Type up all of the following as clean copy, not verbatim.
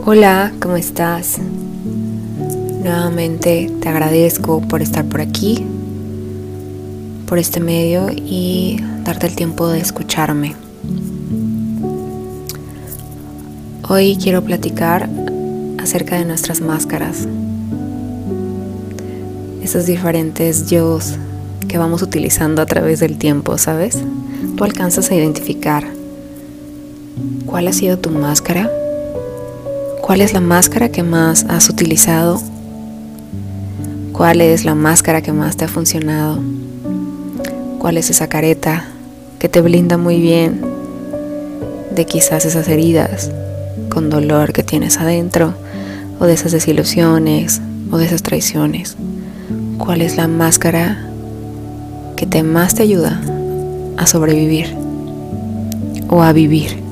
Hola, ¿cómo estás? Nuevamente te agradezco por estar por aquí, por este medio y darte el tiempo de escucharme. Hoy quiero platicar acerca de nuestras máscaras, esos diferentes yos que vamos utilizando a través del tiempo, ¿sabes? Tú alcanzas a identificar cuál ha sido tu máscara. ¿Cuál es la máscara que más has utilizado? ¿Cuál es la máscara que más te ha funcionado? ¿Cuál es esa careta que te blinda muy bien de quizás esas heridas con dolor que tienes adentro, o de esas desilusiones, o de esas traiciones? ¿Cuál es la máscara que más te ayuda a sobrevivir o a vivir?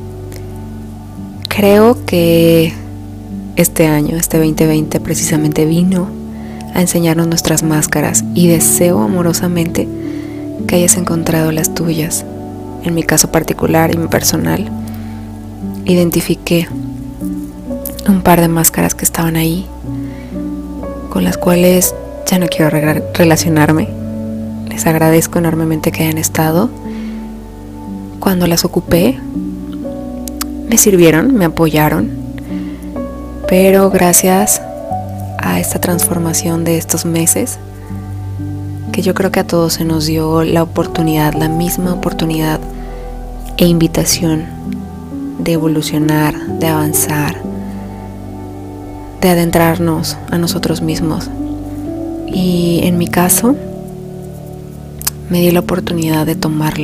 Creo que este año, este 2020, precisamente vino a enseñarnos nuestras máscaras y deseo amorosamente que hayas encontrado las tuyas. En mi caso particular y mi personal, identifiqué un par de máscaras que estaban ahí, con las cuales ya no quiero relacionarme. Les agradezco enormemente que hayan estado. Cuando las ocupé, me sirvieron, me apoyaron, pero gracias a esta transformación de estos meses, que yo creo que a todos se nos dio la oportunidad, la misma oportunidad e invitación de evolucionar, de avanzar, de adentrarnos a nosotros mismos. Y en mi caso, me di la oportunidad de tomar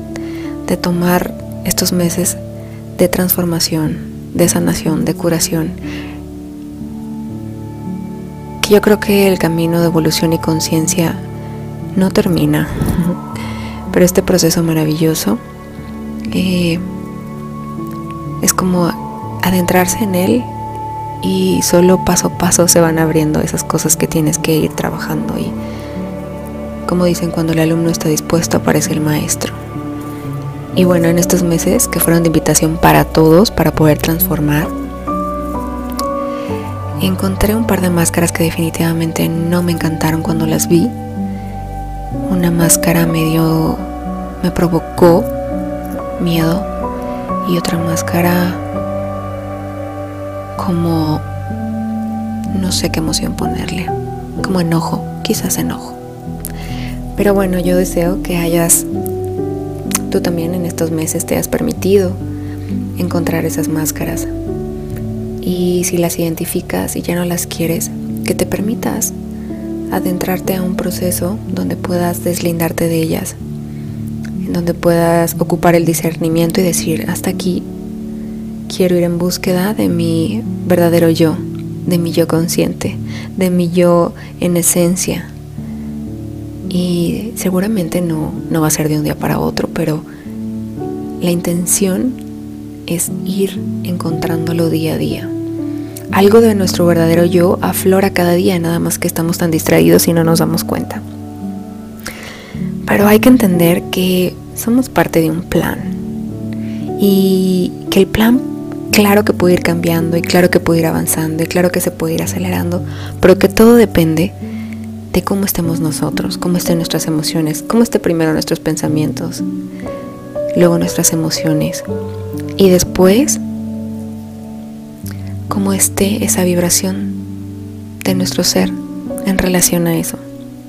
estos meses de transformación, de sanación, de curación, que yo creo que el camino de evolución y conciencia no termina, pero este proceso maravilloso es como adentrarse en él, y solo paso a paso se van abriendo esas cosas que tienes que ir trabajando. Y como dicen, cuando el alumno está dispuesto, aparece el maestro. Y bueno, en estos meses que fueron de invitación para todos, para poder transformar, encontré un par de máscaras que definitivamente no me encantaron cuando las vi. Una máscara me provocó miedo, y otra máscara como, no sé qué emoción ponerle, como enojo, quizás enojo. Pero bueno, yo deseo que tú también en estos meses te has permitido encontrar esas máscaras, y si las identificas y ya no las quieres, que te permitas adentrarte a un proceso donde puedas deslindarte de ellas, en donde puedas ocupar el discernimiento y decir: hasta aquí, quiero ir en búsqueda de mi verdadero yo, de mi yo consciente, de mi yo en esencia. Y seguramente no va a ser de un día para otro, pero la intención es ir encontrándolo día a día. Algo de nuestro verdadero yo aflora cada día, nada más que estamos tan distraídos y no nos damos cuenta. Pero hay que entender que somos parte de un plan, y que el plan, claro que puede ir cambiando, y claro que puede ir avanzando, y claro que se puede ir acelerando, pero que todo depende de cómo estemos nosotros, cómo estén nuestras emociones, cómo esté primero nuestros pensamientos, luego nuestras emociones, y después cómo esté esa vibración de nuestro ser en relación a eso.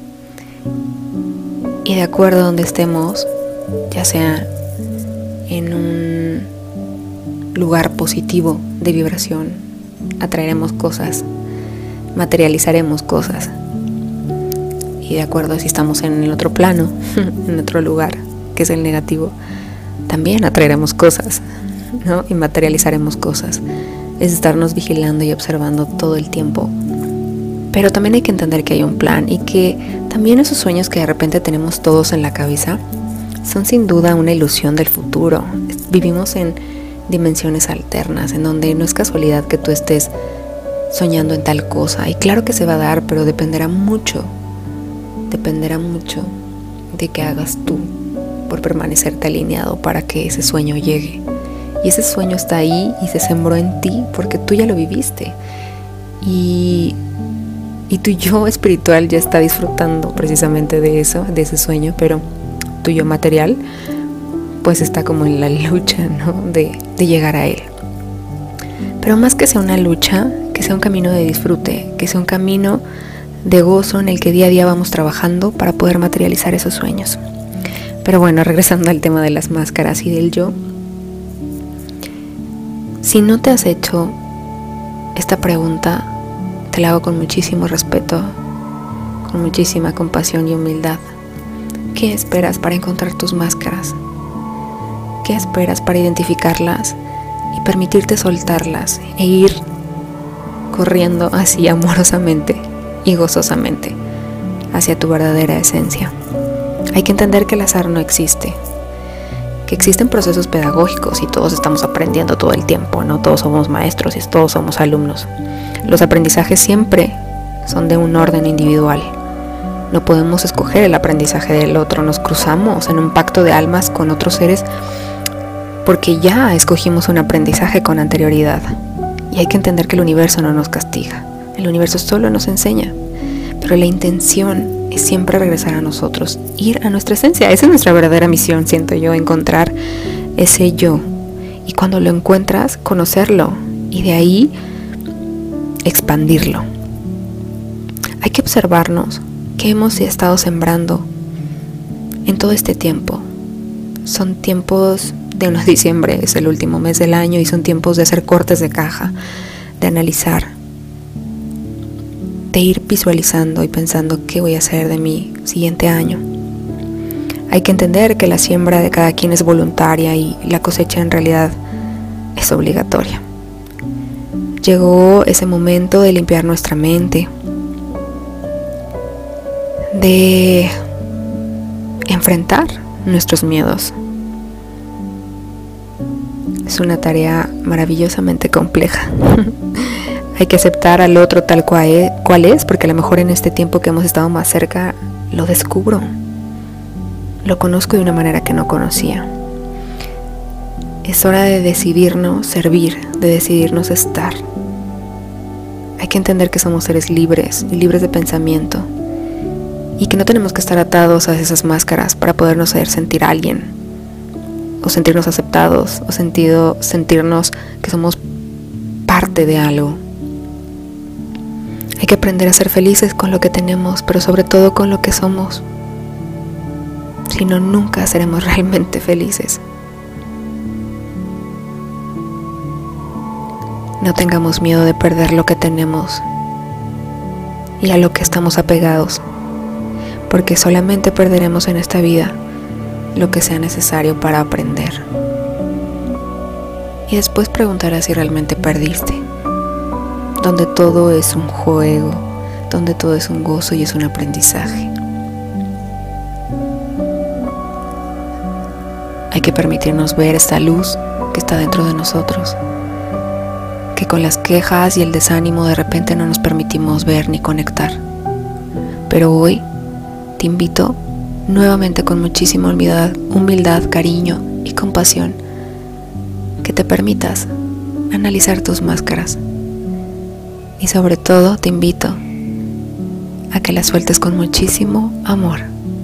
Y de acuerdo a donde estemos, ya sea en un lugar positivo de vibración, atraeremos cosas, materializaremos cosas. Y de acuerdo a si estamos en el otro plano, en otro lugar, que es el negativo, también atraeremos cosas, ¿no? Y materializaremos cosas. Es estarnos vigilando y observando todo el tiempo. Pero también hay que entender que hay un plan, y que también esos sueños que de repente tenemos todos en la cabeza son sin duda una ilusión del futuro. Vivimos en dimensiones alternas, en donde no es casualidad que tú estés soñando en tal cosa. Y claro que se va a dar, pero dependerá mucho de qué hagas tú por permanecerte alineado para que ese sueño llegue. Y ese sueño está ahí y se sembró en ti porque tú ya lo viviste. Y tu yo espiritual ya está disfrutando precisamente de eso, de ese sueño, pero tu yo material pues está como en la lucha, ¿no? de llegar a él. Pero más que sea una lucha, que sea un camino de disfrute, que sea un camino de gozo en el que día a día vamos trabajando para poder materializar esos sueños. Pero bueno, regresando al tema de las máscaras y del yo, si no te has hecho esta pregunta, te la hago con muchísimo respeto, con muchísima compasión y humildad. ¿Qué esperas para encontrar tus máscaras? ¿Qué esperas para identificarlas y permitirte soltarlas e ir corriendo así amorosamente y gozosamente hacia tu verdadera esencia? Hay que entender que el azar no existe, que existen procesos pedagógicos y todos estamos aprendiendo todo el tiempo, no todos somos maestros y todos somos alumnos. Los aprendizajes siempre son de un orden individual. No podemos escoger el aprendizaje del otro, nos cruzamos en un pacto de almas con otros seres porque ya escogimos un aprendizaje con anterioridad. Y hay que entender que el universo no nos castiga, el universo solo nos enseña, pero la intención es siempre regresar a nosotros, ir a nuestra esencia. Esa es nuestra verdadera misión, siento yo, encontrar ese yo. Y cuando lo encuentras, conocerlo y de ahí expandirlo. Hay que observarnos qué hemos estado sembrando en todo este tiempo. Son tiempos de unos diciembre, es el último mes del año y son tiempos de hacer cortes de caja, de analizar, de ir visualizando y pensando qué voy a hacer de mi siguiente año. Hay que entender que la siembra de cada quien es voluntaria y la cosecha en realidad es obligatoria. Llegó ese momento de limpiar nuestra mente, de enfrentar nuestros miedos. Es una tarea maravillosamente compleja. Hay que aceptar al otro tal cual es, porque a lo mejor en este tiempo que hemos estado más cerca lo descubro, lo conozco de una manera que no conocía. Es hora de decidirnos servir, de decidirnos estar. Hay que entender que somos seres libres y libres de pensamiento y que no tenemos que estar atados a esas máscaras para podernos hacer sentir a alguien o sentirnos aceptados o sentirnos que somos parte de algo. Hay que aprender a ser felices con lo que tenemos, pero sobre todo con lo que somos. Si no, nunca seremos realmente felices. No tengamos miedo de perder lo que tenemos y a lo que estamos apegados, porque solamente perderemos en esta vida lo que sea necesario para aprender. Y después preguntarás si realmente perdiste, donde todo es un juego, donde todo es un gozo y es un aprendizaje. Hay que permitirnos ver esta luz que está dentro de nosotros, que con las quejas y el desánimo de repente no nos permitimos ver ni conectar. Pero hoy te invito nuevamente con muchísima humildad, cariño y compasión, que te permitas analizar tus máscaras. Y sobre todo te invito a que las sueltes con muchísimo amor.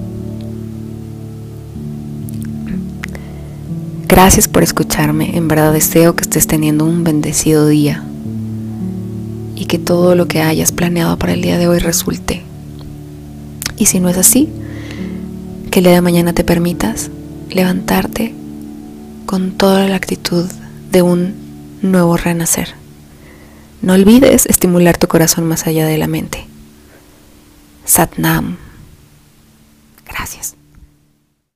Gracias por escucharme, en verdad deseo que estés teniendo un bendecido día y que todo lo que hayas planeado para el día de hoy resulte. Y si no es así, que el día de mañana te permitas levantarte con toda la actitud de un nuevo renacer. No olvides estimular tu corazón más allá de la mente. Sat Nam. Gracias.